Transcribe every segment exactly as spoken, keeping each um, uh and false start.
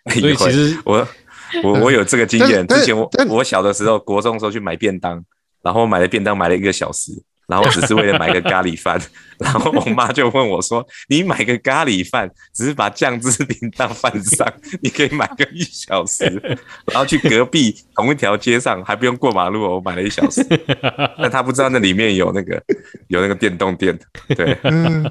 所以其实我我我有这个经验。之前我我小的时候，国中的时候去买便当，然后买了便当买了一个小时，然后只是为了买个咖喱饭，然后我妈就问我说：“你买个咖喱饭，只是把酱汁淋到饭上，你可以买个一小时。”然后去隔壁同一条街上，还不用过马路，我买了一小时。但他不知道那里面有那个有那个电动店，对。嗯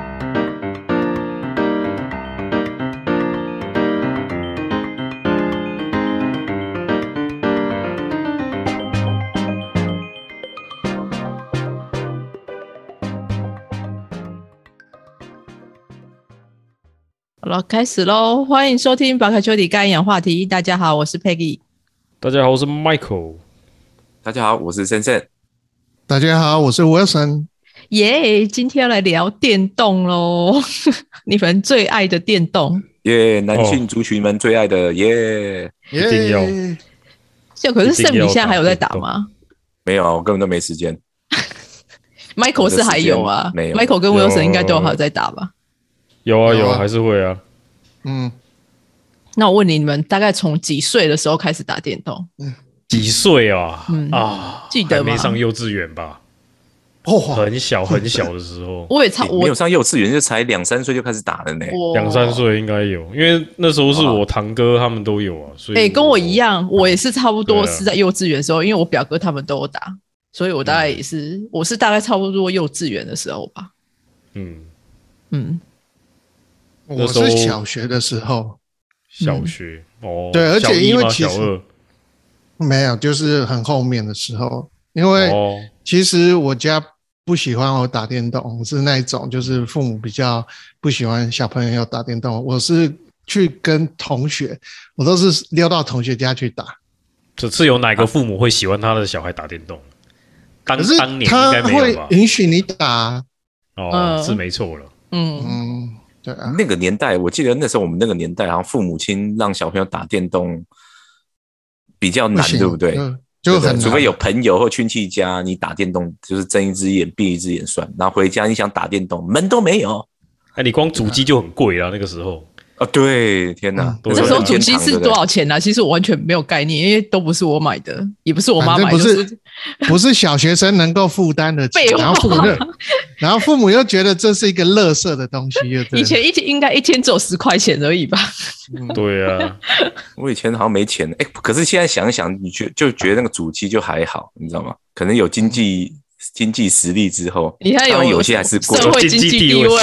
好了，开始咯，欢迎收听宝可秋底干养话题。大家好，我是 Peggy。 大家好，我是 Michael。 大家好，我是森森。 大家好，我是 Wilson。 耶、yeah, 今天要来聊电动咯你们最爱的电动。 耶、yeah, 男性族群们最爱的耶、 yeah, 一定要。 就可是圣你现在还有在打吗？ 没有啊，我根本都没时间。 Michael 是还有啊， 没有 Michael 跟 Wilson 应该都还有在打吧？ 有啊有啊，还是会啊。 嗯， 那我问你，你们大概从几岁的时候开始打电动？ 嗯， 几岁啊？ 嗯啊， 记得吗？ 还没上幼稚园吧？ 哦， 很小很小的时候， 我也差，我没有上幼稚园，就才两三岁就开始打了呢。 两三岁应该有，因为那时候是我堂哥他们都有啊，所以哎、欸，跟我一样，我也是差不多是在幼稚园的时候，因为我表哥他们都有打，所以我大概也是，嗯、我是大概差不多幼稚园的时候吧。 嗯嗯。 我是小学的时候， 小学、嗯、哦， 对，而且因为其实小二没有，就是很后面的时候，因为其实我家不喜欢我打电动，我是那一种就是父母比较不喜欢小朋友打电动，我是去跟同学，我都是溜到同学家去打。 这是有哪个父母会喜欢他的小孩打电动？当可是当年应该没有吧？ 他会允许你打， 哦， 嗯、 是没错了， 嗯嗯。对啊， 那个年代，我记得那时候我们那个年代，好像父母亲让小朋友打电动比较难，对不对？ 就很难， 除非有朋友或亲戚家，你打电动就是睁一只眼闭一只眼算，然后回家你想打电动，门都没有。 哎，你光主机就很贵啦，那个时候。 哦，对，天哪！ 那时候主机是多少钱啊？其实我完全没有概念，因为都不是我买的，也不是我妈买的， 不是不是小学生能够负担的钱。然后父母，然后父母又觉得这是一个垃圾的东西。 以前一天应该一天只有十块钱而已吧？ 嗯、对啊， 我以前好像没钱，哎，可是现在想一想，你觉就觉得那个主机就还好，你知道吗？可能有经济。经济实力之后， 你看 有, 有些还是贵社会经济地位。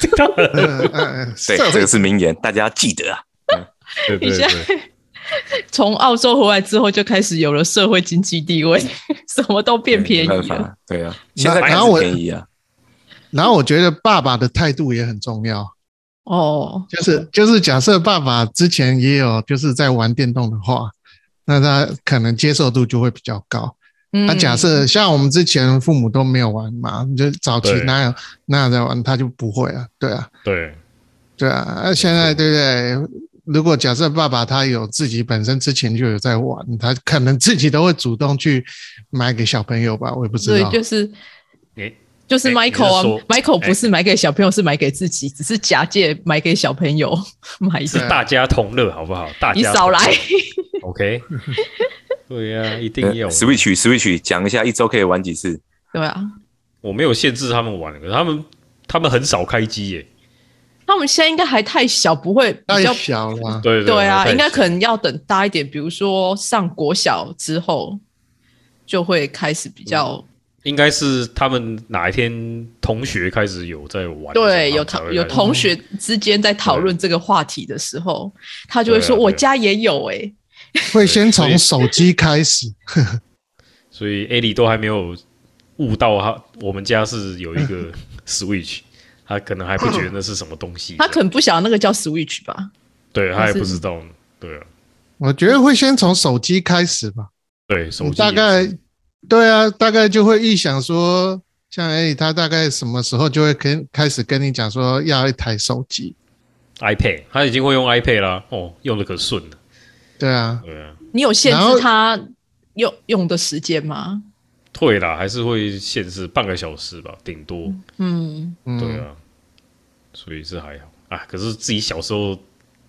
对，这个是名言，大家要记得啊。 对对对。 从澳洲回来之后，就开始有了社会经济地位，什么都变便宜了。 对啊，现在开始便宜啊。 然后我觉得爸爸的态度也很重要。 哦， 就是就是假设爸爸之前也有就是在玩电动的话，那他可能接受度就会比较高。那、嗯啊、假设像我们之前父母都没有玩嘛，就早期哪有哪有在玩，他就不会啊，对啊， 对， 对啊。那、啊、现在对不对？如果假设爸爸他有自己本身之前就有在玩，他可能自己都会主动去买给小朋友吧，我也不知道。 对，就是就是 Michael 啊 ，Michael 不是买给小朋友，是买给自己，只是假借买给小朋友买的， 是大家同乐，好不好？大家你少来 ，OK。对呀、啊，一定要 Switch Switch 讲一下，一周可以玩几次？ 对啊， 我没有限制他们玩，可是他们他们很少开机耶。 他们现在应该还太小，不会比较太小了。 对对, 对啊，应该可能要等大一点，比如说上国小之后，就会开始比较。 嗯、应该是他们哪一天同学开始有在玩， 对，有同有同学之间在讨论这个话题的时候，他就会说：“我家也有哎、欸。” 会先从手机开始， 所以 Ellie 都还没有悟到他我们家是有一个 Switch， 他可能还不觉得那是什么东西， 他可能不晓得那个叫 Switch 吧？ 对，他也不知道，对啊， 我觉得会先从手机开始吧， 对，手机大概对啊，大概就会预想说，像 Ellie 他大概什么时候就会跟开始跟你讲说要一台手机 ，iPad， 他已经会用 iPad 啦，哦，用的可顺了。 对啊， 对啊， 你有限制他用用的时间吗？ 会啦，还是会限制半个小时吧，顶多。 嗯， 对啊，所以是还好啊。可是自己小时候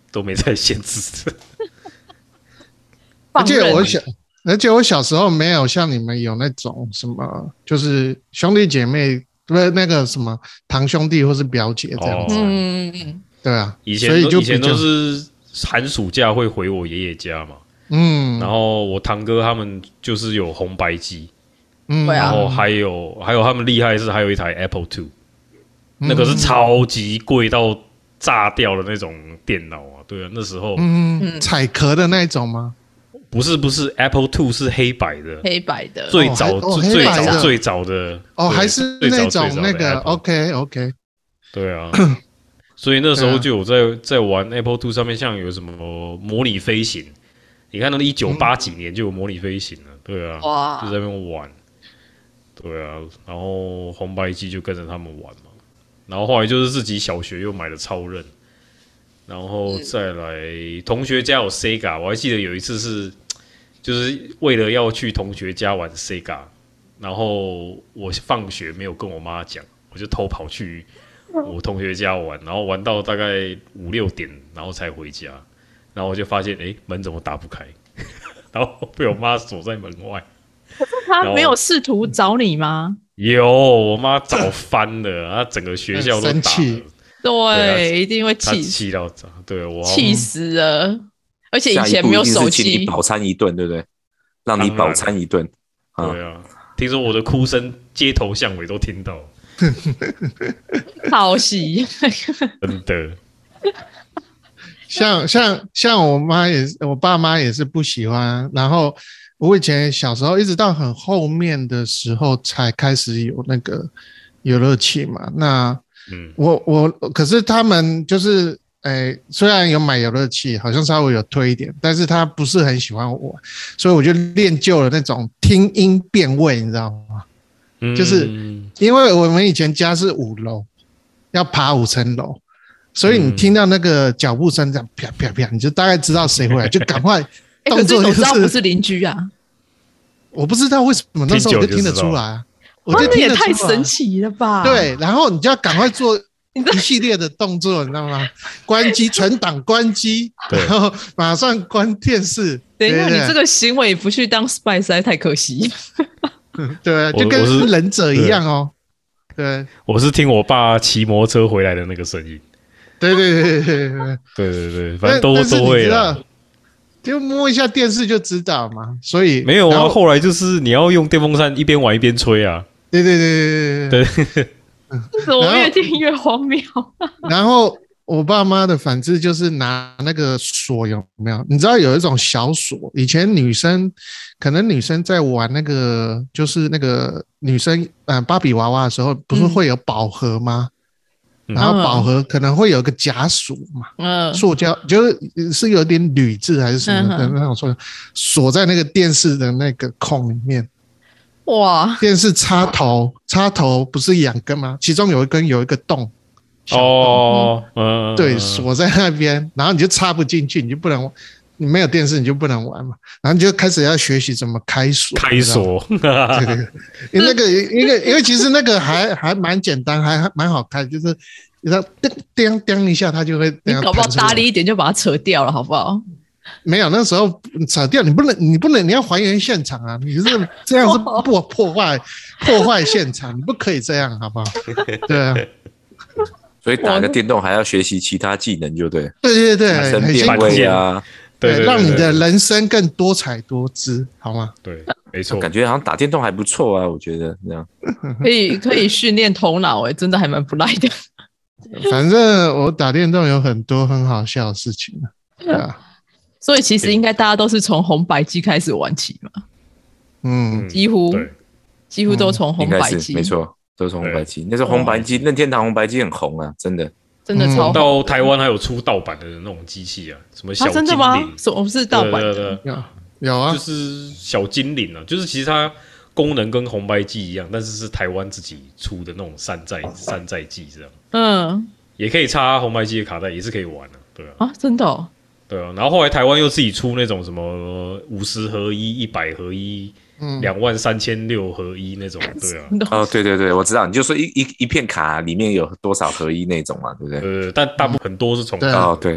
都没在限制的。 而且我小，而且我小时候没有像你们有那种什么，就是兄弟姐妹，不是那个什么堂兄弟或是表姐这样子。嗯嗯嗯，对啊， 以前所以就以前都是寒暑假会回我爷爷家嘛。嗯，然后我堂哥他们就是有红白机，嗯，然后还有还有他们厉害的是还有一台 Apple two，嗯，那个是超级贵到炸掉的那种电脑啊。对啊，那时候， 嗯，彩壳的那种吗？ 不是不是 ，Apple two 是黑白的， 黑白的， 最早、哦、最早最早的哦，还是那种那个 OK OK， 对啊，所以那时候就有在在玩 Apple two 上面，像有什么模拟飞行，你看那一九八几年就有模拟飞行了，对啊，哇，就在那边玩，对啊，然后红白机就跟着他们玩嘛，然后后来就是自己小学又买了超任。然后再来，同学家有 Sega， 我还记得有一次是，就是为了要去同学家玩 Sega， 然后我放学没有跟我妈讲，我就偷跑去我同学家玩，然后玩到大概五六点，然后才回家，然后我就发现，哎，门怎么打不开，然后被我妈锁在门外。 可是她没有试图找你吗？ 有，我妈找翻了，她整个学校都打了。 对，对一定会气气到炸，对我气死了。而且以前没有手机， 请你饱餐一顿，对不对？让你饱餐一顿。 对啊，听说我的哭声，街头巷尾都听到。 好喜， 真的。 像像像我妈也，我爸妈也是不喜欢。然后我以前小时候，一直到很后面的时候才开始有那个游乐器嘛。那嗯，我我可是他们就是，诶、欸，虽然有买游乐器，好像稍微有推一点，但是他不是很喜欢我，所以我就练就了那种听音辨位，你知道吗？嗯，就是因为我们以前家是五楼，要爬五层楼，所以你听到那个脚步声这样啪啪啪，你就大概知道谁回来，就赶快动作、就是。 欸、可是我知道不是邻居啊， 我不知道为什么那时候我就听得出来啊。我就听也太神奇了吧！ 对，然后你就要赶快做一系列的动作，你知道吗？关机、存档、关机，然后马上关电视。 等一下，你这个行为不去当 spy 实在太可惜。 对啊，就跟忍者一样哦。对， 我是听我爸骑摩托车回来的那个声音。 对对对对对对对对对，反正都都会啦。 就摸一下电视就知道嘛，所以没有啊。后来就是你要用电风扇一边玩一边吹啊。 对对对对对对， 怎么越听越荒谬？ 然后我爸妈的反制就是拿那个锁，有没有？你知道有一种小锁，以前女生可能女生在玩那个，就是那个女生呃芭比娃娃的时候，不是会有宝盒吗？嗯、然后宝盒可能会有个夹锁嘛，嗯，塑胶就是是有点铝制还是什么的那种锁，锁在那个电视的那个孔里面。哇！电视插头，插头不是两根吗？其中有一根有一个洞， 哦，嗯， 对，锁在那边，然后你就插不进去，你就不能，你没有电视你就不能玩嘛，然后你就开始要学习怎么开锁， 开锁， 对对对，因为那个，因为因为其实那个还还蛮简单，还蛮好开，就是你要叮叮叮一下，它就会， 你搞不好大力一点就把它扯掉了，好不好？ 没有，那时候扯掉，你不能，你不能，你要还原现场啊！你是这样是破破坏破坏现场，你不可以这样，好不好？对啊， 所以打个电动还要学习其他技能，就对。 对对对， 很变位啊， 对，对，让你的人生更多彩多姿，好吗？ 对，没错， 感觉好像打电动还不错啊，我觉得这样可以可以训练头脑，哎，真的还蛮不赖的。 反正我打电动有很多很好笑的事情对啊。 所以其实应该大家都是从红白机开始玩起嘛，嗯，几乎几乎都从红白机， 没错，都从红白机。那时候红白机，任天堂红白机很红啊，真的， 真的超红。 到台湾还有出盗版的那种机器啊，什么小精灵？ 真的吗？什么是盗版的？ 有有啊， 就是小精灵啊，就是其实它功能跟红白机一样，但是是台湾自己出的那种山寨山寨机这样。嗯，也可以插红白机的卡带，也是可以玩的，对啊。 啊，真的哦。 对啊，然后后来台湾又自己出那种什么五十合一、一百合一、两万三千六合一那种，对啊。 哦，对对对，我知道，你就说一一一片卡里面有多少合一那种嘛，对不对？ 呃，但大部分很多是从哦对，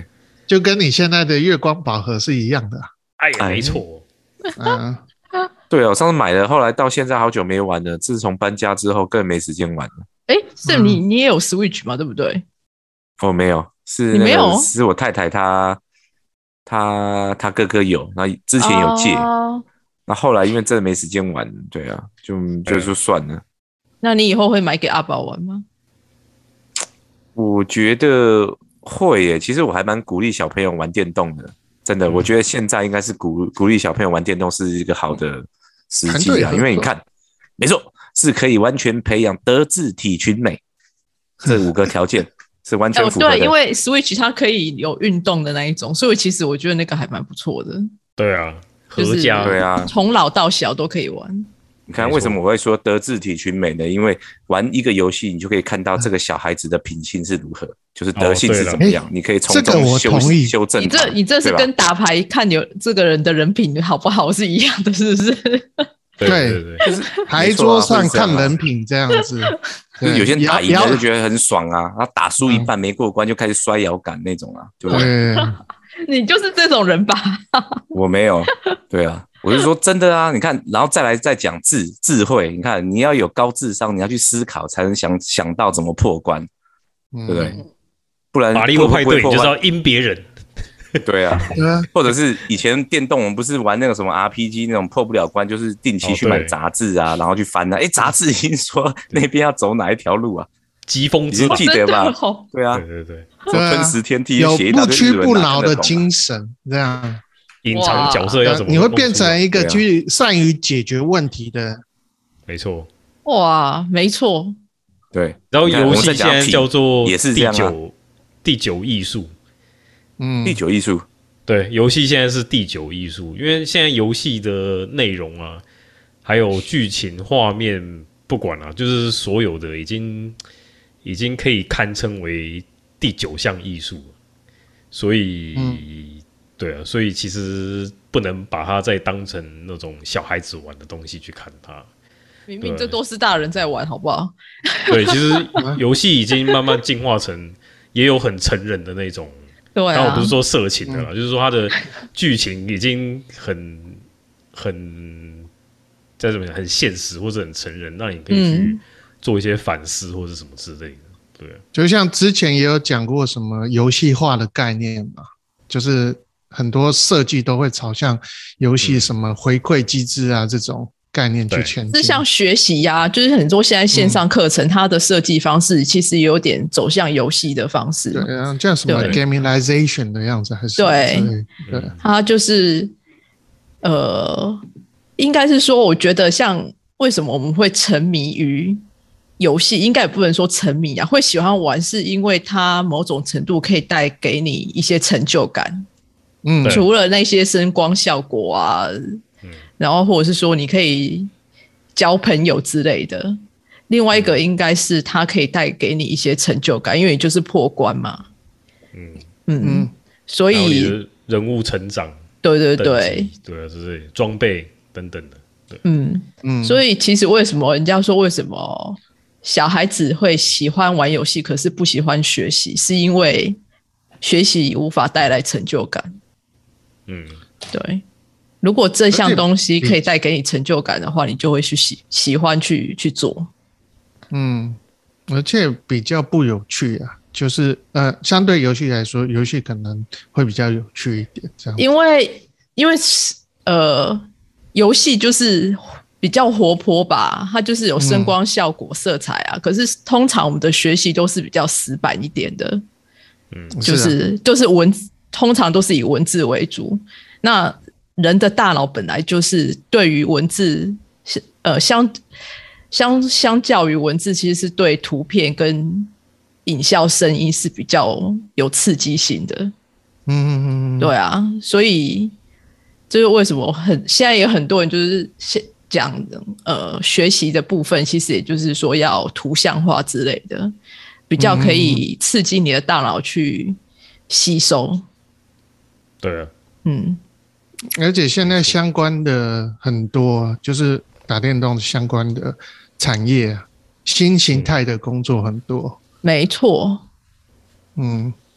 就跟你现在的月光宝盒是一样的。 哎，没错。 嗯， 对啊，我上次买了，后来到现在好久没玩了。自从搬家之后，更没时间玩了。 哎，是你你也有 Switch 吗？对不对？ 哦，没有，是那个是我太太她她她哥哥有，然后之前有借，哦、那后来因为真的没时间玩，对啊，就就就算了。 那你以后会买给阿宝玩吗？ 我觉得会耶，其实我还蛮鼓励小朋友玩电动的，真的，嗯、我觉得现在应该是鼓鼓励小朋友玩电动是一个好的时机啊，因为你看，没错，是可以完全培养德智体群美这五个条件。是完全符合的、 哦、对，因为 Switch 它可以有运动的那一种，所以其实我觉得那个还蛮不错的。 对啊， 合家对啊， 从老到小都可以玩。 你看为什么我会说德智体群美呢？因为玩一个游戏，你就可以看到这个小孩子的品性是如何，就是德性是怎么样，哦、你可以从中修修正。 你这你这是跟打牌看有这个人的人品好不好是一样的，是不是？ 对对对， 就是牌桌上看人品这样子。 就是有些人打赢了就觉得很爽啊，然后打输一半没过关就开始摔摇杆那种啊，对不对？ 你就是这种人吧？ 我没有，对啊，我是说真的啊，你看，然后再来再讲智智慧，你看你要有高智商，你要去思考才能想想到怎么破关，对不对？不然马里奥派对你就是要阴别人。 对啊，或者是以前电动我们不是玩那个什么 R P G 那种破不了关，就是定期去买杂志啊，哦、然后去翻啊。哎，杂志已经说那边要走哪一条路啊？ 疾风之路，记得吧？ 哦、 对啊， 对对对， 说吞食天梯， 有不屈不挠的精神，这样隐藏角色要怎么？ 你会变成一个去善于解决问题的。 没错。 哇，没错。 对， 然后游戏现在叫做也是这样啊， 第九艺术。 嗯，第九艺术， 对，游戏现在是第九艺术，因为现在游戏的内容啊，还有剧情、画面，不管啊，就是所有的已经已经可以堪称为第九项艺术了。所以，嗯、对啊，所以其实不能把它再当成那种小孩子玩的东西去看它。 明明这都是大人在玩，好不好？ 对，其实游戏已经慢慢进化成，也有很成人的那种。 对啊， 但我不是说色情的啦，嗯、就是说它的剧情已经很很在怎么讲，很现实或者很成人，让你可以去做一些反思或者什么之类的。对， 就像之前也有讲过什么游戏化的概念嘛，就是很多设计都会朝向游戏什么回馈机制啊、嗯、这种概念去前进。 是像学习呀、啊，就是很多现在线上课程，嗯、它的设计方式其实有点走向游戏的方式。 对啊，像什么 gamification 的样子，还是对对，它就是呃，应该是说，我觉得像为什么我们会沉迷于游戏，应该也不能说沉迷啊，会喜欢玩，是因为它某种程度可以带给你一些成就感。嗯，除了那些声光效果啊。然后或者是说你可以交朋友之类的，另外一个应该是它可以带给你一些成就感，因为你就是破关嘛。嗯嗯嗯，所以人物成长， 对对对， 对啊，就是装备等等的，对， 嗯嗯，所以其实为什么人家说为什么小孩子会喜欢玩游戏，可是不喜欢学习，是因为学习无法带来成就感。嗯，对。如果这项东西可以带给你成就感的话，你就会去喜喜欢去去做。 嗯，而且比较不有趣啊，就是呃，相对游戏来说，游戏可能会比较有趣一点，这样。 因为因为呃，游戏就是比较活泼吧，它就是有声光效果、色彩啊。嗯、可是通常我们的学习都是比较死板一点的，嗯，就是是、啊、就是文字，通常都是以文字为主。那人的大脑本来就是对于文字，呃，相相相较于文字，其实是对图片跟影像、声音是比较有刺激性的。嗯嗯嗯，对啊，所以这是为什么很现在有很多人就是讲呃学习的部分，其实也就是说要图像化之类的，比较可以刺激你的大脑去吸收。 对啊， 嗯。而且现在相关的很多，就是打电动相关的产业，新形态的工作很多。 没错。 嗯，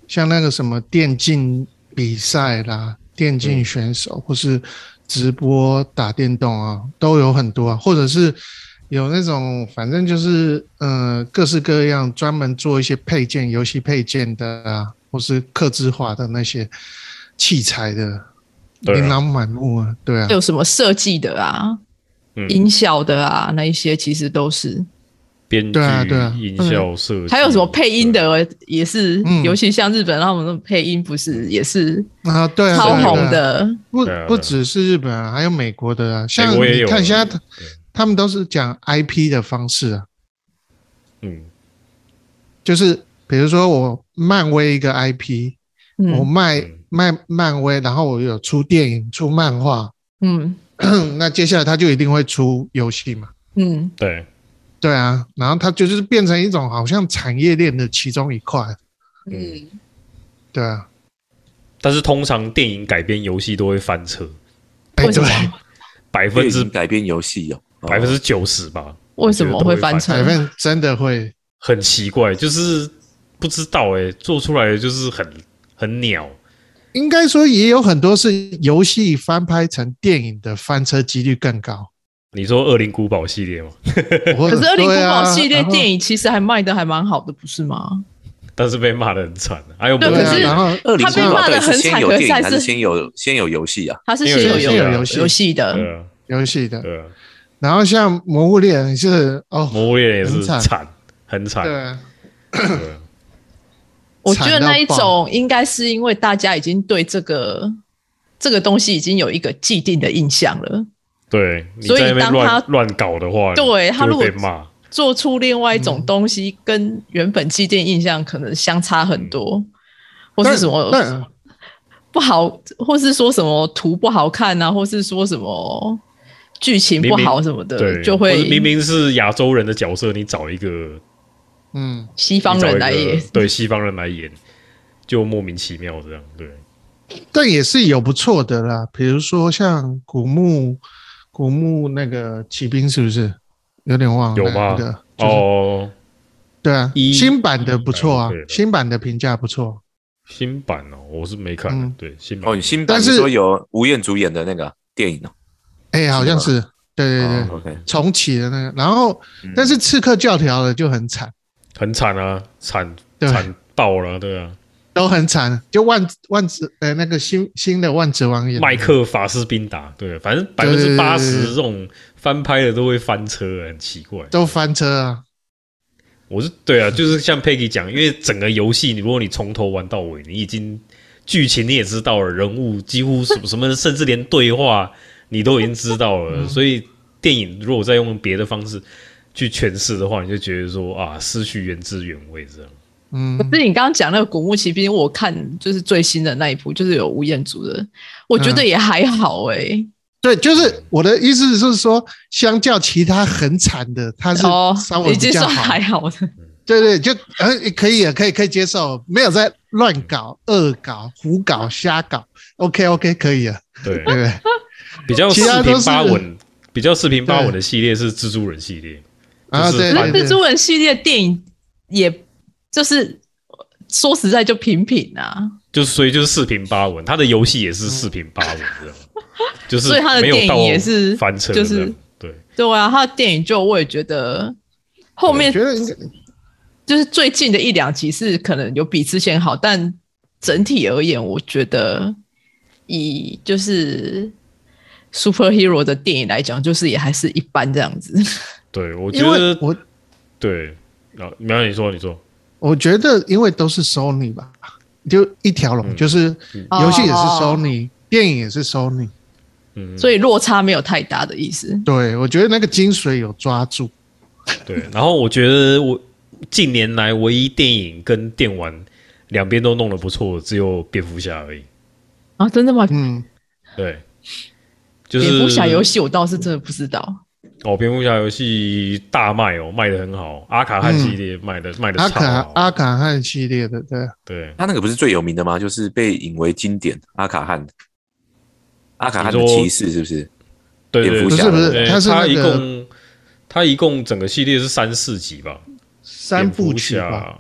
像那个什么电竞比赛啦、电竞选手、嗯、或是直播打电动啊，都有很多啊，或者是有那种反正就是呃各式各样专门做一些配件、游戏配件的啊，或是客制化的那些器材的，琳琅满目啊，对啊， 有什么设计的啊、嗯、音效的啊，那一些其实都是。 编剧、啊啊、音效设计、嗯， 还有什么配音的也是，嗯、尤其像日本，他们的配音不是也是啊，对， 超红的。 不不只是日本啊，还有美国的啊，像你看现在他们都是讲 I P 的方式啊，嗯，就是比如说我漫威一个 I P，、嗯、我卖卖漫威，然后我有出电影、出漫画，嗯，那接下来他就一定会出游戏嘛， 嗯，对。 对啊，然后它就是变成一种好像产业链的其中一块。嗯，对啊。 但是通常电影改编游戏都会翻车。 为什么？ 百分之改编游戏哦， 百分之九十吧。 为什么会翻车？ 百分真的会很奇怪，就是不知道哎、欸，做出来的就是很很鸟。 应该说也有很多是游戏翻拍成电影的翻车几率更高。 你说恶灵古堡系列吗？ 可是恶灵古堡系列电影其实还卖的还蛮好的，不是吗？ 但是被骂的很惨，还有对，可是他被骂的很惨，可是还是先有先有游戏啊？ 他是先有游戏游戏的， 游戏的。对。然后像魔物猎人是哦， 魔物猎人也是惨，很惨。 对。 我觉得那一种应该是因为大家已经对这个这个东西已经有一个既定的印象了。 对，你在那边乱乱搞的话， 对他如果骂做出另外一种东西，嗯、跟原本既定印象可能相差很多，嗯、或是什么不好，或是说什么图不好看啊，或是说什么剧情不好什么的， 明明就会明明是亚洲人的角色，你找一个嗯西方人来演， 对西方人来演，就莫名其妙这样，对。 但也是有不错的啦，比如说像古墓。古墓那个骑兵是不是有点忘了？ 有吗？ 那个就是、哦，对啊，新版的不错啊，新版的评价不错。 新版哦，我是没看。嗯、对，新版哦，新版是说有吴彦祖演的那个电影哦。 哎、欸，好像是，对对对、哦 okay、重启的那个。然后，嗯、但是刺客教条的就很惨， 很惨啊，惨惨爆了，对啊。 都很惨，就万万子呃那个新新的万子王演麦克法斯宾达，对，反正百分之八十这种翻拍的都会翻车，很奇怪， 都翻车啊！ 我是对啊，就是像 Peggy 讲，因为整个游戏，如果你从头玩到尾，你已经剧情你也知道了，人物几乎什么什么，甚至连对话你都已经知道了，嗯、所以电影如果再用别的方式去诠释的话，你就觉得说啊，失去原汁原味这样。 嗯，可是你刚刚讲那个古墓奇兵，我看就是最新的那一部，就是有吴彦祖的，我觉得也还好哎、欸嗯。 对，就是我的意思是说，相较其他很惨的，他是稍微比较好， 已经算还好的。 对对，就呃可以可以可以接受，没有在乱搞、恶搞、胡搞、瞎搞 ，OK OK 可以了。 对对对， 比较四平八稳，比较四平八稳的系列是蜘蛛人系列啊，对， 蜘蛛人系列电影也。就是说实在就平平啊， 就是所以就是四平八稳，他的游戏也是四平八稳这样，就是所以他的电影也是翻车， 就是对对啊，他的电影就我也觉得后面觉得应该就是最近的一两集是可能有比之前好，但整体而言，我觉得以就是 superhero 的电影来讲，就是也还是一般这样子。 对，我觉得我对啊，苗你说你说。 我觉得，因为都是 Sony 吧，就一条龙，嗯、就是游戏也是 Sony，、哦、电影也是 Sony，、 嗯、所以落差没有太大的意思。 对，我觉得那个精髓有抓住。 对，然后我觉得我近年来唯一电影跟电玩两边都弄得不错，只有蝙蝠侠而已。 啊，真的吗？ 嗯， 对，就是蝙蝠侠游戏，我倒是真的不知道。 哦，蝙蝠侠游戏大卖哦，卖得很好。阿卡汉系列卖的、嗯、卖的超好。阿卡阿卡汉系列的，对对， 他那个不是最有名的吗？就是被引为经典。阿卡汉，阿卡汉的骑士是不是？ 对对对， 不是不是，他是、那个、 他一共他一共整个系列是三四集吧？ 三部曲吧。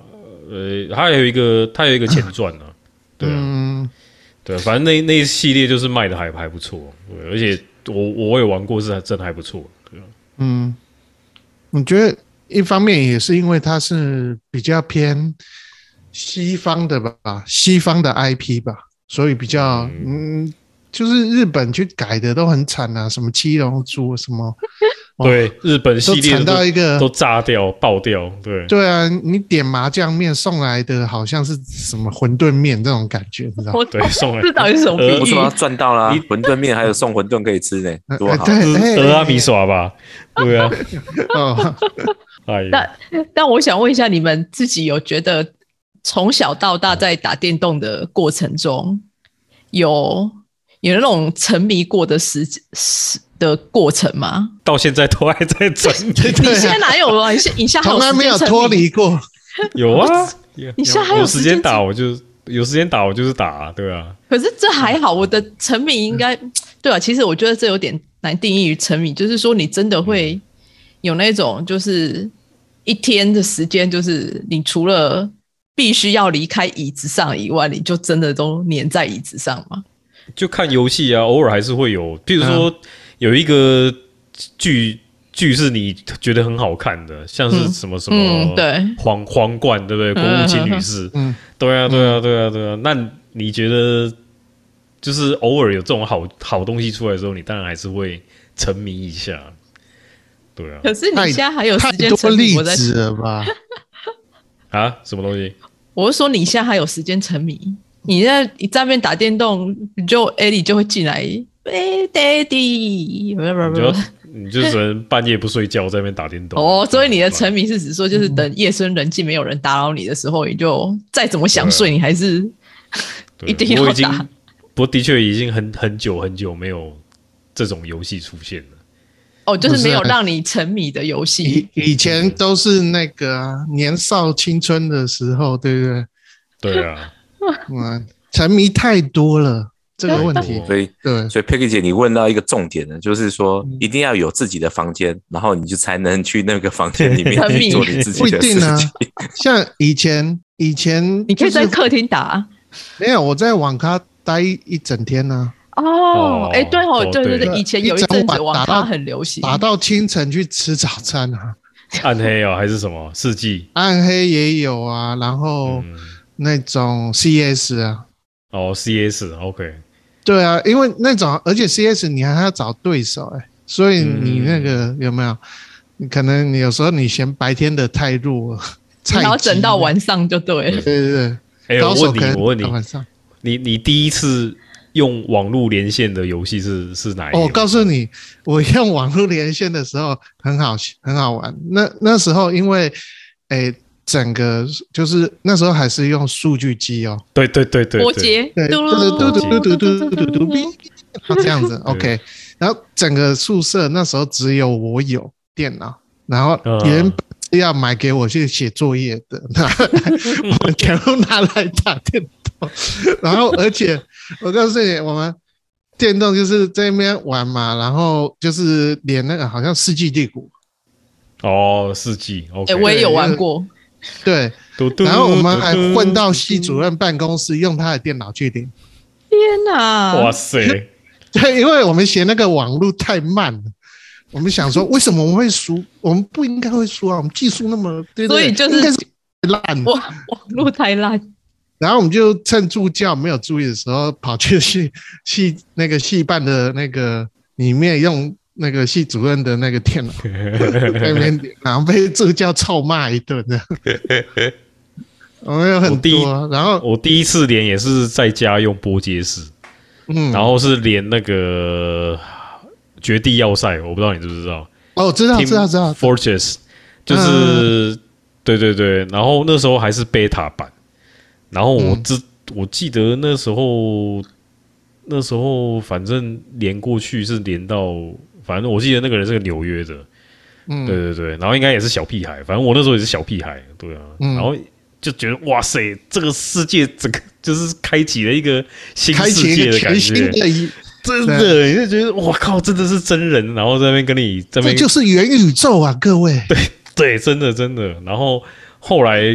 呃，它有一个它有一个前传啊，对啊，嗯、对，反正那那一系列就是卖的还还不错，对，而且我我也玩过，是真的还不错，对啊， 嗯，我觉得一方面也是因为它是比较偏西方的吧，西方的 I P 吧，所以比较嗯。嗯就是日本去改的都很惨啊，什么七龙珠什么， 对，日本系列都惨到一个都炸掉、爆掉，对。 对啊，你点麻酱面送来的好像是什么馄饨面这种感觉，你知道吗？ 对，送来这到底是什么比喻？ 我怎么赚到啦？馄饨面还有送馄饨可以吃呢，多好！ 俄阿米耍吧，对啊。 哦， 但但我想问一下，你们自己有觉得从小到大在打电动的过程中有？有那种沉迷过的时时的过程吗？ 到现在都还在沉迷。 你现在哪有啊？你现你现在从来没有脱离过。 有啊， 你现在还有时间打，我就有时间打，我就是打、啊，对啊。 可是这还好，我的沉迷应该对啊。其实我觉得这有点难定义于沉迷，就是说你真的会有那种，就是一天的时间，就是你除了必须要离开椅子上以外，你就真的都黏在椅子上吗？ 就看游戏啊，偶尔还是会有，譬如说有一个剧剧是你觉得很好看的，像是什么什么、 嗯嗯、对皇皇冠，对不对？国务卿女士，嗯，对啊，对啊，对啊，对啊。那你觉得就是偶尔有这种好好东西出来的时候，你当然还是会沉迷一下，对啊。 可是你现在还有时间沉迷？我在例子了吧？ 啊，什么东西？ 我是说你现在还有时间沉迷？你在你在那边打电动，你就艾莉就会进来，哎 ，Daddy， 你就你就只能半夜不睡觉在那边打电动。 哦，所以你的沉迷是指说，就是等夜深人静没有人打扰你的时候，你就再怎么想睡，你还是一定要打。 不过的确已经很很久很久没有这种游戏出现了。 哦，就是没有让你沉迷的游戏。 以以前都是那个、啊、年少青春的时候，对不对？ 对啊。 嗯，沉迷太多了这个问题， 所以对，所以 Peggy 姐，你问到一个重点呢，就是说一定要有自己的房间，然后你就才能去那个房间里面去做你自己的事情。啊、 像以前以前、就是， 你可以在客厅打， 没有我在网咖待一整天呢、 啊。哦，哎、欸，对哦，对对对，以前有一阵子网咖很流行， 打到清晨去吃早餐啊。 暗黑哦，还是什么世纪？ 暗黑也有啊，然后。嗯那种 C S 啊， 哦 C S OK， 对啊，因为那种而且 C S 你还要找对手哎、欸，所以你那个、嗯、有没有？你可能你有时候你嫌白天的太弱了， 然后整到晚上就对了。 对对对， 哎、欸，我问你，我问你，晚上你你第一次用网络连线的游戏是是哪一个？ 我告诉你，我用网络连线的时候很好很好玩。那那时候因为哎。欸整个就是那时候还是用数据机哦， 对对对对， 拨接， 对，嘟嘟嘟嘟嘟嘟嘟嘟嘟，这样子 ，OK。然后整个宿舍那时候只有我有电脑，然后原本是要买给我去写作业的，我们全部拿来打电动。然后而且我告诉你，我们电动就是在那边玩嘛，然后就是连那个好像《世纪帝国》 哦，《世纪》OK，、 欸、我也有玩过。 对，然后我们还混到系主任办公室，用他的电脑去连。 天哪！ 哇塞！ 对，因为我们嫌那个网路太慢了，我们想说，为什么我们会输？我们不应该会输啊！我们技术那么，对对， 所以就是应该是烂， 网网路太烂。 然后我们就趁助教没有注意的时候，跑去系系那个系办的那个里面用。那个系主任的那个电脑那边，然后被助教臭骂一顿的。我们有很多，然后我第一次连也是在家用拨接式，嗯，然后是连那个绝地要塞，我不知道你知不知道？ 哦，知道知道知道 ，Fortress 就是、嗯、对对对，然后那时候还是 beta 版，然后我知、嗯、我记得那时候那时候反正连过去是连到。反正我记得那个人是个纽约的，嗯，对对对，然后应该也是小屁孩，反正我那时候也是小屁孩，对啊，嗯、然后就觉得哇塞，这个世界整个就是开启了一个新世界的感觉，真的，你就觉得哇靠，真的是真人，然后在那边跟你在那边， 这就是元宇宙啊，各位， 对对，真的真的，然后后来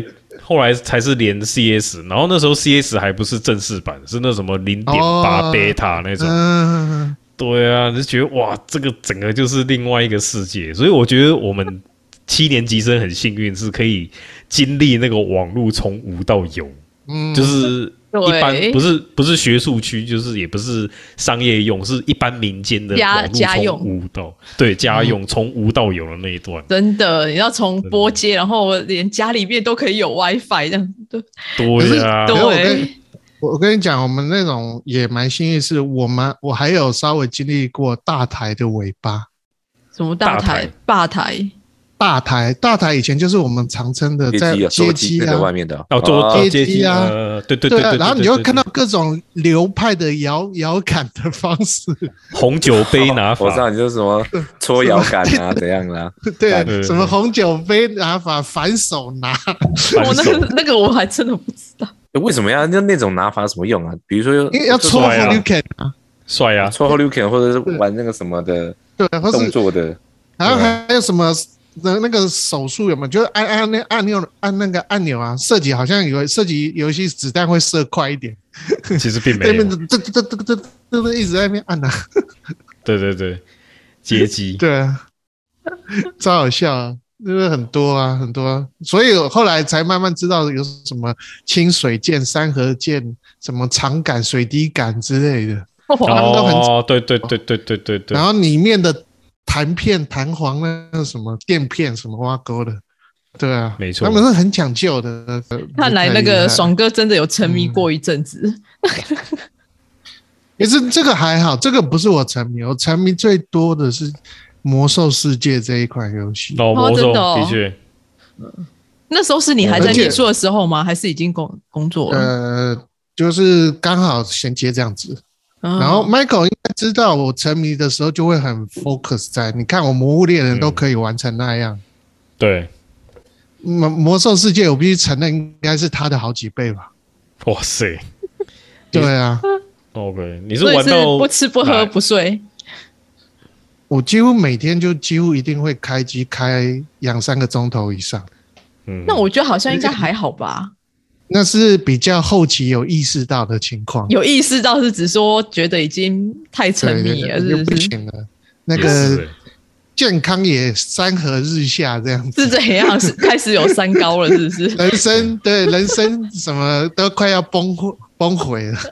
后来才是连 C S， 然后那时候 C S 还不是正式版，是那什么 零点八 beta 那种。嗯，对啊，就觉得哇，这个整个就是另外一个世界。所以我觉得我们七年级生很幸运，是可以经历那个网络从无到有，嗯，就是一般不是不是学术区，就是也不是商业用，是一般民间的网络从无到对家用从无到有的那一段。 真的，你要从拨接，然后连家里面都可以有 WiFi 这样。 对啊， 对。 我跟你讲，我们那种也蛮幸运，是我们我还有稍微经历过大台的尾巴。 什么大台？大台？ 大台，大台以前就是我们常称的在街机啊， 在外面的哦，做街机啊， 呃，对对对对， 然后你就会看到各种流派的摇摇杆的方式， 红酒杯拿法， 我知道你就是什么搓摇杆啊，怎样啦？ 对，什么红酒杯拿法，反手拿， 我那个那个我还真的不知道。 为什么要那那种拿法什么用啊？比如说因为要搓 Hadouken 啊， 帅啊， 搓 Hadouken 或者是玩那个什么的， 对， 动作的。 然后还有什么那个手速有没有？就是按按那按钮按那个按钮啊，射击好像有射击游戏子弹会射快一点， 其实并没有。 这这这这这这一直在那边按啊。 对对对，街机。 对啊，超好笑啊！因为很多啊，很多、啊，所以后来才慢慢知道有什么清水剑、三合剑、什么长杆、水滴杆之类的，他们都很哦，对对对对对对对。 然后里面的弹片、弹簧那什么垫片、什么挖沟的，对啊， 没错， 他们是很讲究的。 看来那个爽哥真的有沉迷过一阵子。 也是这个还好，这个不是我沉迷，我沉迷最多的是。魔兽世界这一款游戏哦，魔兽的确， 那时候是你还在念书的时候吗？还是已经工工作了？ 呃，就是刚好衔接这样子。哦、然后 Michael 应该知道，我沉迷的时候就会很 focus 在，你看我魔物猎人都可以完成那样。嗯、 对， 魔魔兽世界我必须承认，应该是他的好几倍吧。 哇塞， 对啊。 OK， 你是玩到不吃不喝不睡。 我几乎每天就几乎一定会开机开两三个钟头以上， 嗯，那我觉得好像应该还好吧。 那是比较后期有意识到的情况。 有意识到是指说觉得已经太沉迷了，是不行了。那个健康也山河日下这样子， 是怎样？是开始有三高了，是不是？ 人生对人生什么都快要崩溃。崩毁了，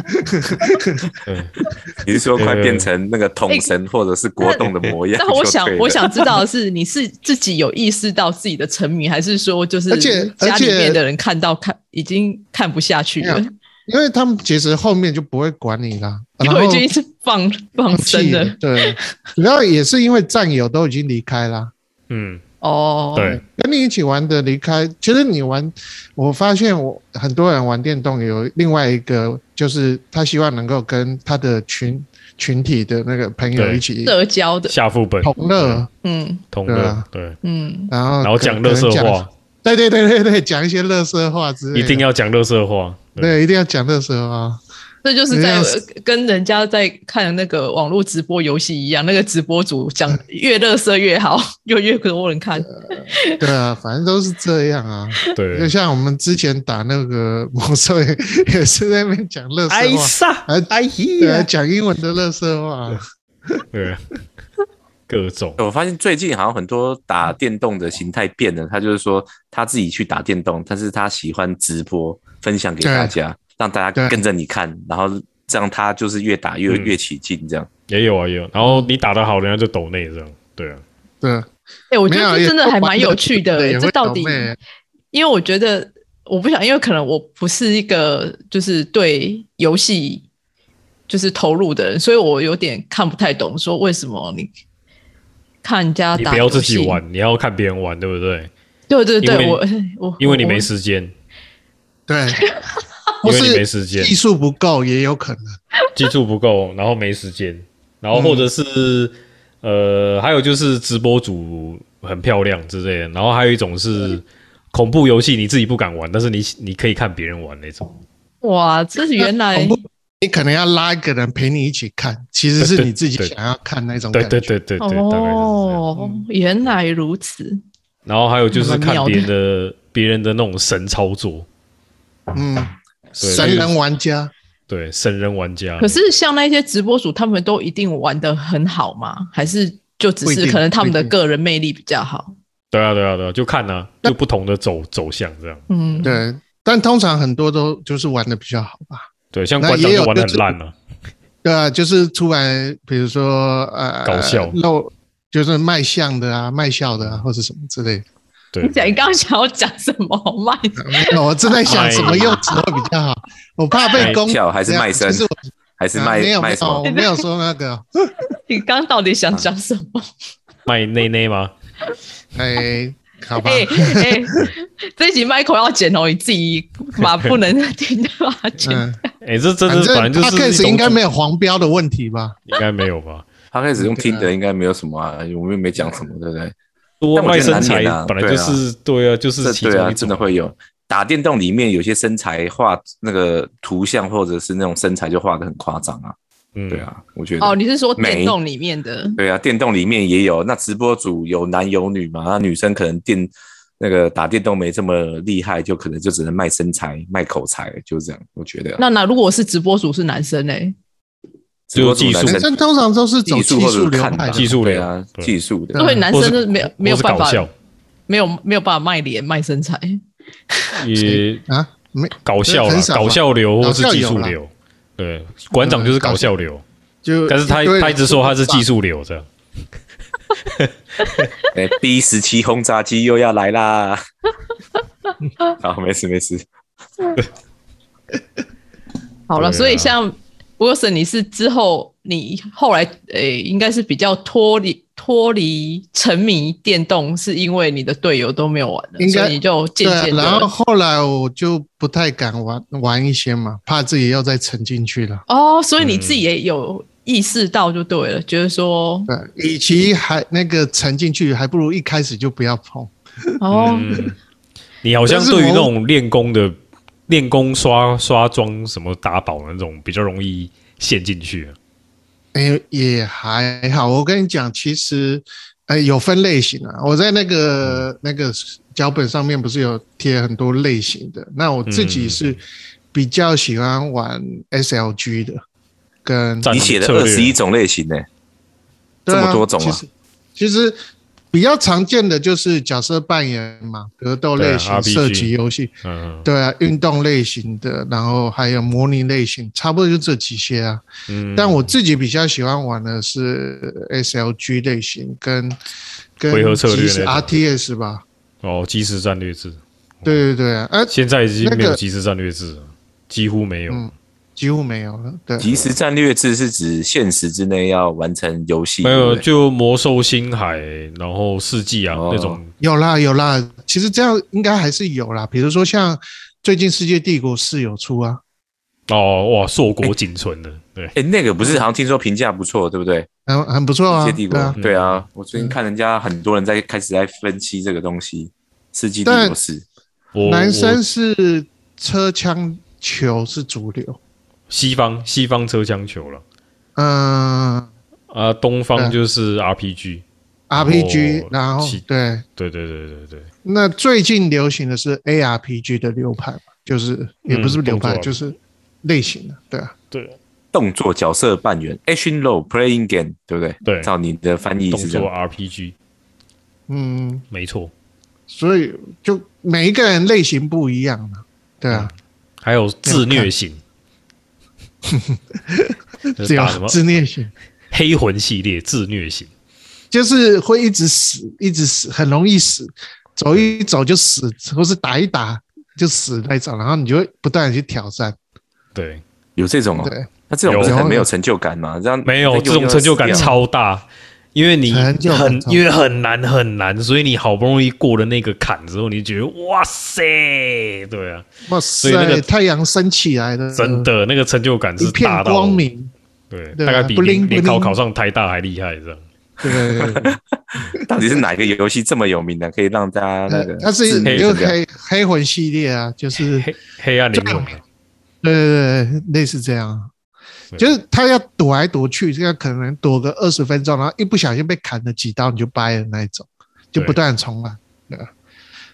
你是说快变成那个统神或者是国栋的模样？ 那我想，我想知道的是，你是自己有意识到自己的沉迷，还是说就是家里面的人看到看已经看不下去了？ 因为他们其实后面就不会管你啦， 因为已经是放放生了。 对，主要也是因为战友都已经离开啦。 嗯。 哦， 对， 跟你一起玩的离开，其实你玩，我发现我很多人玩电动有另外一个，就是他希望能够跟他的群群体的那个朋友一起社交的下副本同乐， 嗯， 同乐，对， 嗯， 然后然后讲垃圾话， 对对对对对，讲一些垃圾话之类的， 一定要讲垃圾话， 对，一定要讲垃圾话。 这就是在跟人家在看那个网络直播游戏一样，那个直播主讲越垃圾越好，就越多人看。 对啊，反正都是这样啊。 对， 就像我们之前打那个魔兽也也是在那边讲垃圾话， 哎呀， 哎呀，讲英文的垃圾话。 对，各种。 我发现最近好像很多打电动的形态变了，他就是说他自己去打电动，但是他喜欢直播分享给大家。让大家跟着你看，然后这样他就是越打越、嗯、越起劲，这样也有啊也有。然后你打得好，人家就抖内这样，对啊， 对。 哎、欸，我觉得这真的还蛮有趣的、欸。这到底，因为我觉得我不想，因为可能我不是一个就是对游戏就是投入的人，所以我有点看不太懂，说为什么你看人家打游戏， 你不要自己玩，你要看别人玩，对不对？ 对对对，我我因为你没时间， 对。 因为你没时间， 技术不够也有可能， 技术不够，然后没时间，然后或者是、嗯、呃，还有就是直播主很漂亮之类的，然后还有一种是恐怖游戏，你自己不敢玩，但是你你可以看别人玩那种。 哇，这是原来你可能要拉一个人陪你一起看，其实是你自己想要看那种感觉。 对对对对对，大概是这样。 哦，原来如此。 然后还有就是看别人的。 别人的那种神操作。 嗯，神人玩家。 对，神人玩家。 可是像那些直播主，他们都一定玩得很好吗？还是就只是可能他们的个人魅力比较好？ 对啊，对啊，对啊，就看啊，就不同的走走向这样。 嗯， 对。但通常很多都就是玩的比较好吧。 对，像馆长就玩的很烂了、啊。 对啊，就是出来，比如说呃， 搞笑， 漏就是卖相的啊，卖笑的啊，或者什么之类的。 对， 你讲你刚刚想要讲什么卖？ 没有，我正在想什么用词会比较好，我怕被攻。 卖笑还是卖身？ 就是还是卖、 啊、没有卖什么？ 我没有说那个。 你刚刚到底想讲什么？ 卖内内吗？ 哎。好吧， 哎、欸欸、这一集 Michael 要剪哦，你自己把不能听的把它剪掉。 哎、嗯欸，这真的反正就是 Podcast 应该没有黄标的问题吧？ 应该没有吧 ？Podcast 用听的应该没有什么啊，我们又没讲什么，对不对？ 多卖身材本来就是对啊，就是其中一种对啊，真的会有打电动里面有些身材画那个图像或者是那种身材就画得很夸张啊。嗯，对啊，我觉得哦，你是说电动里面的？ 对啊，电动里面也有。那直播主有男有女嘛？那女生可能电那个打电动没这么厉害，就可能就只能卖身材、卖口才，就这样。我觉得、啊。 那那如果是直播主是男生呢、欸？ 就技术， 男生通常都是走技术流派的， 技术流啊，技术的。 所以男生是没有没有办法， 搞没有没有办法卖脸、卖身材。 也啊，没搞笑啦，搞笑流或是技术流。对，馆长就是搞笑流。就但是他他一直说他是技术流这样。 哎 ，B 十七轰炸机又要来啦！好，没事没事。 好了，啊、所以像 Wilson， 你是之后你后来诶、欸，应该是比较脱离脱离沉迷电动，是因为你的队友都没有玩了，应该所以你就渐渐的。 然后后来我就不太敢玩玩一些嘛，怕自己又再沉进去了。 哦，所以你自己也有。嗯意识到就对了，觉得说， 对，与其还那个沉进去，还不如一开始就不要碰。 哦、 嗯，你好像对于那种练功的练功刷刷装什么打宝的那种比较容易陷进去。 哎、欸，也还好。我跟你讲，其实哎、欸、有分类型啊。我在那个、嗯、那个脚本上面不是有贴很多类型的，那我自己是比较喜欢玩 S L G 的。跟你写的二十一种类型呢、欸，这么多种啊！ 其实其实比较常见的就是角色扮演嘛，格斗类型、射击游戏，嗯，对啊，运动类型的，然后还有模拟类型，差不多就这几些啊。嗯，但我自己比较喜欢玩的是 S L G 类型跟跟回合策略是 R T S 吧？ 哦，即时战略制。 对对对啊！啊现在已经没有即时战略制了，几乎没有。 嗯几乎没有了。对， 即时战略制是指现实之内要完成游戏， 没有就魔兽星海，然后世纪啊、哦、那种。 有啦有啦，其实这样应该还是有啦。比如说像最近世界帝国四有出啊。 哦哇，硕果仅存的，对。 哎、欸，那个不是好像听说评价不错，对不对？ 很很不错啊。 世界帝国，对啊, 对啊，我最近看人家很多人在开始在分析这个东西，世纪帝国四。 男生是车枪球是主流。 西方西方车枪球了， 嗯啊，东方就是 R P G，R P G， 然后对对对对对对。 那最近流行的是 A R P G 的流派嘛，就是也不是流派，嗯、就是类型的，对啊， 对， 动作角色扮演 ，action role playing game， 对不对？ 对， 照你的翻译是这样。 动作 R P G， 嗯， 没错。 所以就每一个人类型不一样嘛，对啊， 嗯、还有自虐型。 只有自虐型， 黑魂系列自虐型， 就是会一直死，一直死，很容易死，走一走就死，或是打一打就死那种，然后你就会不断的去挑战。 对， 有这种哦。 对， 那这种不是很没有成就感吗？这样没有，这种成就感超大。因为你很因为很难很难，所以你好不容易过了那个坎之后，你就觉得哇塞，对啊， 哇塞，那个太阳升起来的， 真的那个成就感是大到光明， 对，大概比联考考上台大还厉害这样。 对对对， 到底是哪个游戏这么有名的，可以让大家那个？ 它是就黑黑魂系列啊，就是黑黑暗灵魂， 对对对，类似这样。就是他要躲来躲去，这个可能躲个二十分钟，然后一不小心被砍了几刀，你就掰了那一种，就不断重来，对吧？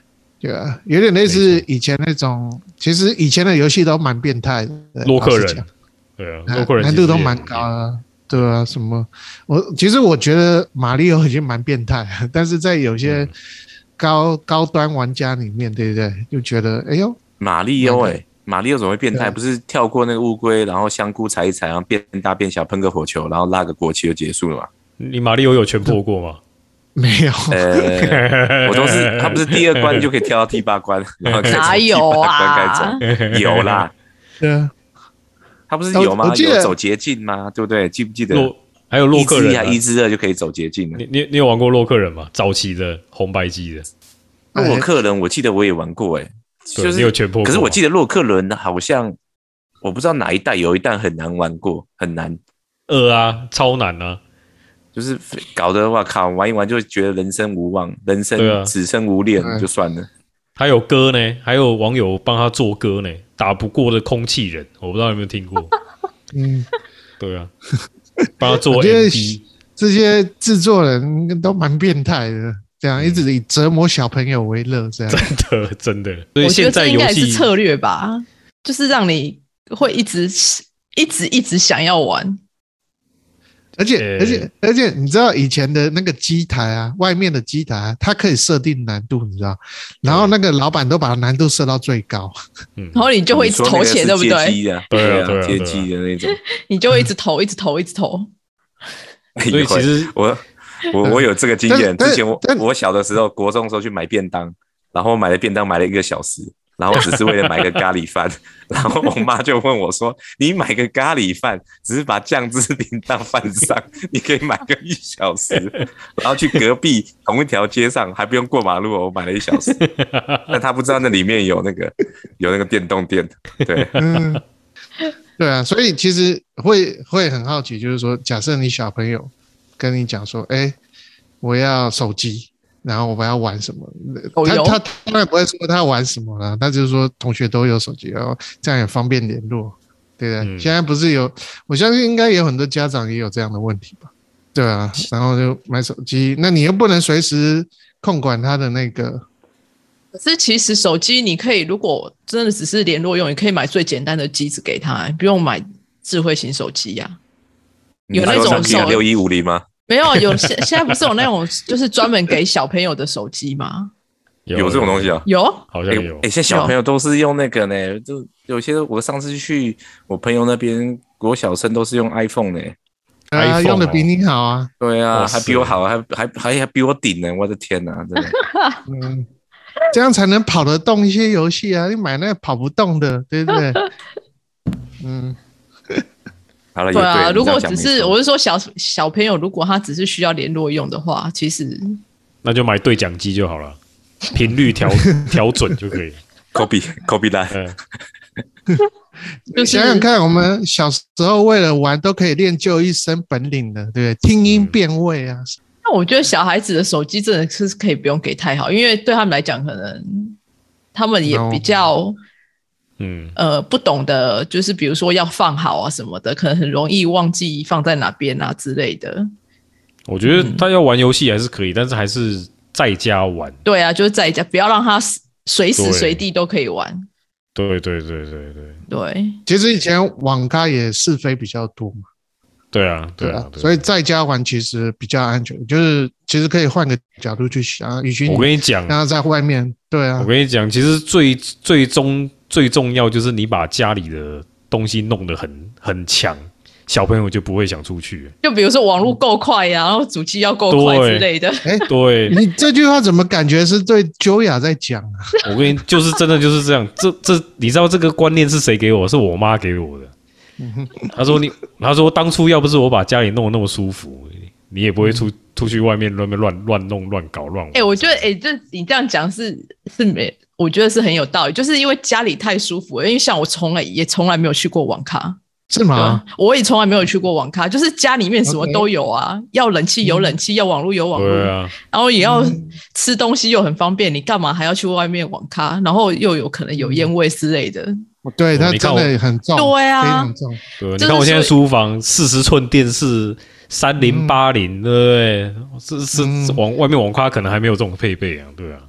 对啊，有点类似以前那种，其实以前的游戏都蛮变态的。 洛克人，对啊，洛克人难度都蛮高的，对啊，什么我其实我觉得马里奥已经蛮变态，但是在有些高、嗯、高端玩家里面，对不对？就觉得哎呦， 马里奥哎，马里奥怎么会变态？不是跳过那个乌龟，然后香菇踩一踩，然后变大变小，喷个火球，然后拉个国旗就结束了嘛？ 你马里奥有全破过吗？ 没有， 呃，我都是他不是第二关就可以跳到第八关，然后哪有啊？ 有啦， 对啊， 他不是有吗？有走捷径吗？对不对？记不记得？ 还有洛克人、 啊，一之二就可以走捷径了。 你你你有玩过洛克人吗？早期的红白机的洛克人，我记得我也玩过、欸，哎，就是你有全破过。 可是我记得洛克人好像我不知道哪一代，有一代很难玩过，很难。 二啊，超难啊！ 就是搞得哇靠，玩一玩就觉得人生无望，人生此生无恋、啊、就算了。 还有歌呢，还有网友帮他做歌呢，打不过的空气人，我不知道有没有听过。嗯，对啊，帮他做 M V， 这些制作人都蛮变态的，这样一直以折磨小朋友为乐，这样真的真的。 我觉得这应该也是策略吧，就是让你会一直一直一直想要玩。 而且、欸、而且而且你知道以前的那个机台啊，外面的机台、啊、它可以设定难度，你知道，然后那个老板都把难度设到最高， 嗯、然后你就会一直投钱，对不对？ 对啊，接机的那种， 你就会一直投，一直投，一直投。 所以其实我我我有这个经验，之前我我小的时候，国中的时候去买便当，然后买了便当买了一个小时。然后只是为了买个咖喱饭，然后我妈就问我说：“你买个咖喱饭，只是把酱汁淋到饭上，你可以买个一小时。”然后去隔壁同一条街上，还不用过马路，我买了一小时。但他不知道那里面有那个有那个电动店，对， 嗯，对啊，所以其实会会很好奇，就是说，假设你小朋友跟你讲说：“哎，我要手机。”然后我们要玩什么？哦、他他当然不会说他要玩什么了，他就是说同学都有手机，然后这样也方便联络，对不对？嗯、现在不是有，我相信应该有很多家长也有这样的问题吧？对啊，然后就买手机，那你又不能随时控管他的那个。 可是其实手机你可以，如果真的只是联络用，你可以买最简单的机子给他，不用买智慧型手机呀、啊。有那种手六一五零吗？ 没有，有现现在不是有那种就是专门给小朋友的手机吗？ 有, 有这种东西啊？ 有， 好像有。 哎、欸，现在小朋友都是用那个呢，就有些我上次去我朋友那边，国小生都是用 iPhone 呢。 啊，用的比你好啊。 对啊，还比我好，还还还还比我顶呢！我的天哪、啊，真的。 嗯，这样才能跑得动一些游戏啊！你买那个跑不动的，对不对？嗯。 好了， 对啊，如果只是我是说小小朋友，如果他只是需要联络用的话，其实那就买对讲机就好了，频率调调准就可以。 copy copy line， 就是想想看，我们小时候为了玩都可以练就一身本领的，对不对？听音辨位啊。 那我觉得小孩子的手机真的是可以不用给太好，因为对他们来讲，可能他们也比较。No.嗯，呃，不懂的，就是比如说要放好啊什么的，可能很容易忘记放在哪边啊之类的。 我觉得他要玩游戏还是可以，嗯、但是还是在家玩。 对啊，就是在家，不要让他随时随地都可以玩。 对对对对对对。 其实以前网咖也是非比较多嘛。 对啊，对啊， 对啊，所以在家玩其实比较安全，就是其实可以换个角度去想，与其我跟你讲， 让他在外面，对啊， 我跟你讲，其实最最终最重要就是你把家里的东西弄得很很强，小朋友就不会想出去。 就比如说网络够快呀、啊，然后主机要够快之类的。 哎， 对， 你这句话怎么感觉是对 Joya 在讲啊？ 我跟你就是真的就是这样，这这你知道这个观念是谁给我？是我妈给我的。他说你，他说当初要不是我把家里弄得那么舒服，你也不会出出去外面乱乱乱弄乱搞乱玩。 哎、欸，我觉得哎、欸，这你这样讲是是没，我觉得是很有道理，就是因为家里太舒服了。因为像我从来也从来没有去过网咖， 是吗？ 我也从来没有去过网咖，就是家里面什么都有啊， okay. 要冷气有冷气，嗯、要网络有网络， 对啊， 然后也要吃东西又很方便，你干嘛还要去外面网咖？然后又有可能有烟味之类的。 对，它真的很重， 对啊， 非常重。 对，你看我现在书房四十寸电视，三零八零，对不对？是是、嗯、网外面网咖可能还没有这种配备啊，对啊。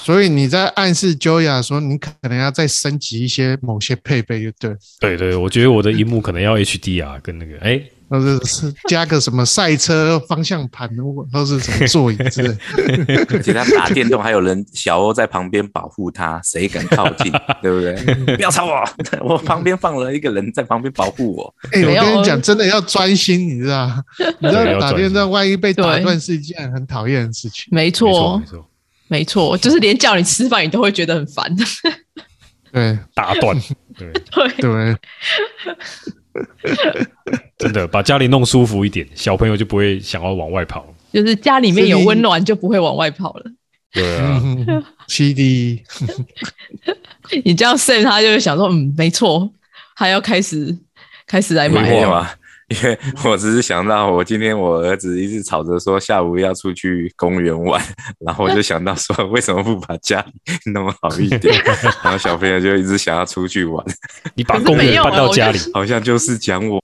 所以你在暗示 Joya 说你可能要再升级一些某些配备，就对。 对对，我觉得我的萤幕可能要 H D R 跟那个哎。 或者是加个什么赛车方向盘，或是什么座椅之类。 而且他打电动还有人小欧在旁边保护他，谁敢靠近，对不对？不要吵我，我旁边放了一个人在旁边保护我。 哎、欸，我跟你讲，真的要专心，你知道？你知道打电动万一被打断是一件很讨厌的事情。 没错，没错，没错，就是连叫你吃饭，你都会觉得很烦。 对， 打断，对对对。 真的把家里弄舒服一点，小朋友就不会想要往外跑。 就是家里面有温暖，就不会往外跑了。 对啊 ，C D， 你这样 Sam 他就会想说，嗯，没错，他要开始开始来买了。 因为我只是想到，我今天我儿子一直吵着说下午要出去公园玩，然后我就想到说，为什么不把家里弄好一点？然后小朋友就一直想要出去玩。 你把公园搬到家里， 好像就是讲我。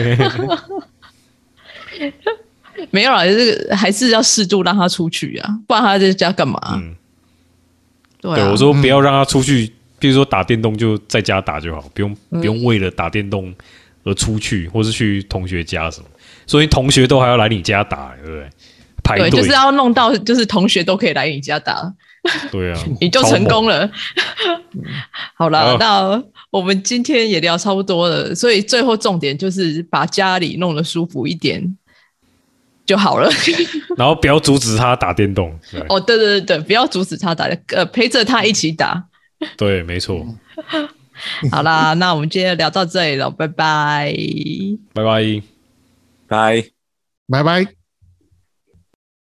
没有啦，这个还是要适度让他出去啊，不然他在家干嘛？嗯，对啊， 对，我说不要让他出去，比如说打电动就在家打就好，不用、嗯、不用为了打电动而出去，或是去同学家什么，所以同学都还要来你家打，对不对？排队对，就是要弄到就是同学都可以来你家打。 对啊， 你就成功了。好了，那我们今天也聊差不多了，所以最后重点就是把家里弄得舒服一点就好了。 然后不要阻止他打电动。 哦，对对对对，不要阻止他打，呃，陪着他一起打。 对，没错。 好啦，那我们今天聊到这里了，拜拜， 拜拜， 拜拜拜。